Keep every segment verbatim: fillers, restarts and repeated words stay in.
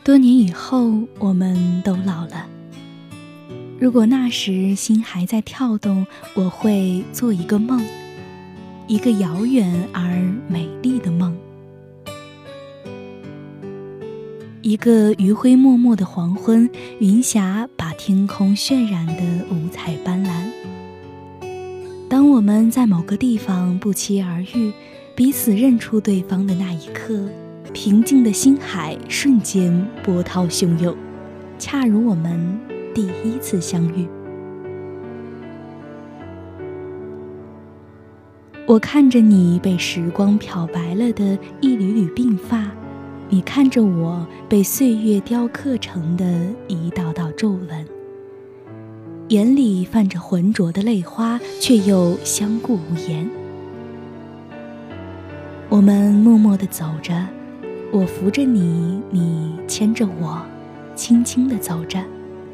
多年以后，我们都老了。如果那时心还在跳动，我会做一个梦，一个遥远而美丽的梦。一个余晖脉脉的黄昏，云霞把天空渲染得五彩斑斓。当我们在某个地方不期而遇，彼此认出对方的那一刻，平静的心海瞬间波涛汹涌，恰如我们第一次相遇。我看着你被时光漂白了的一缕缕鬓发，你看着我被岁月雕刻成的一道道皱纹，眼里泛着浑浊的泪花，却又相顾无言。我们默默地走着，我扶着你，你牵着我，轻轻地走着。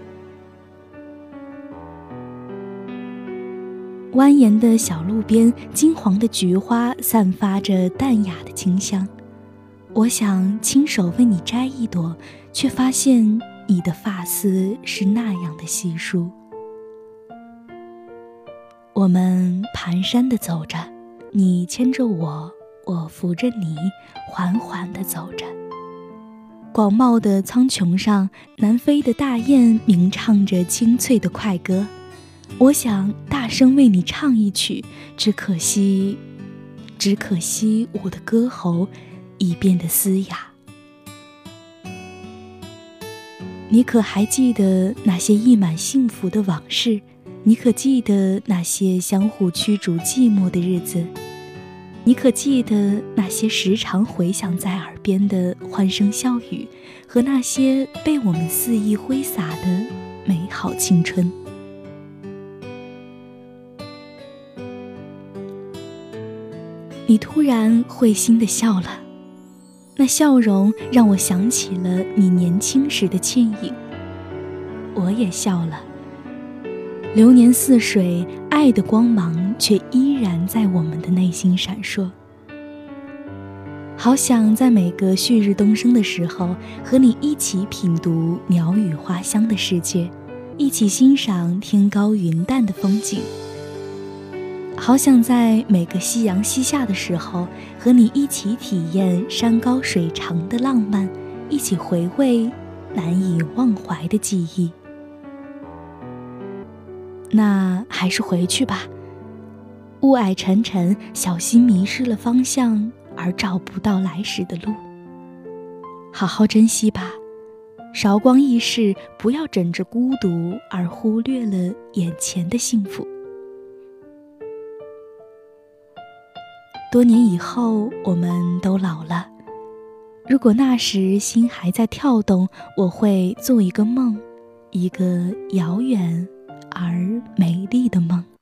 蜿蜒的小路边，金黄的菊花散发着淡雅的清香。我想亲手为你摘一朵，却发现你的发丝是那样的稀疏。我们蹒跚地走着，你牵着我，我扶着你，缓缓地走着。广袤的苍穹上，南飞的大雁鸣唱着清脆的快歌。我想大声为你唱一曲，只可惜，只可惜我的歌喉已变得嘶哑。你可还记得那些溢满幸福的往事？你可记得那些相互驱逐寂寞的日子？你可记得那些时常回响在耳边的欢声笑语，和那些被我们肆意挥洒的美好青春？你突然会心地笑了，那笑容让我想起了你年轻时的倩影。我也笑了。流年似水，爱的光芒却依然在我们的内心闪烁。好想在每个旭日东升的时候，和你一起品读鸟语花香的世界，一起欣赏天高云淡的风景。好想在每个夕阳西下的时候，和你一起体验山高水长的浪漫，一起回味难以忘怀的记忆。那还是回去吧，雾霭沉沉，小心迷失了方向而找不到来时的路。好好珍惜吧，韶光易逝，不要枕着孤独而忽略了眼前的幸福。多年以后，我们都老了。如果那时心还在跳动，我会做一个梦，一个遥远而美丽的梦。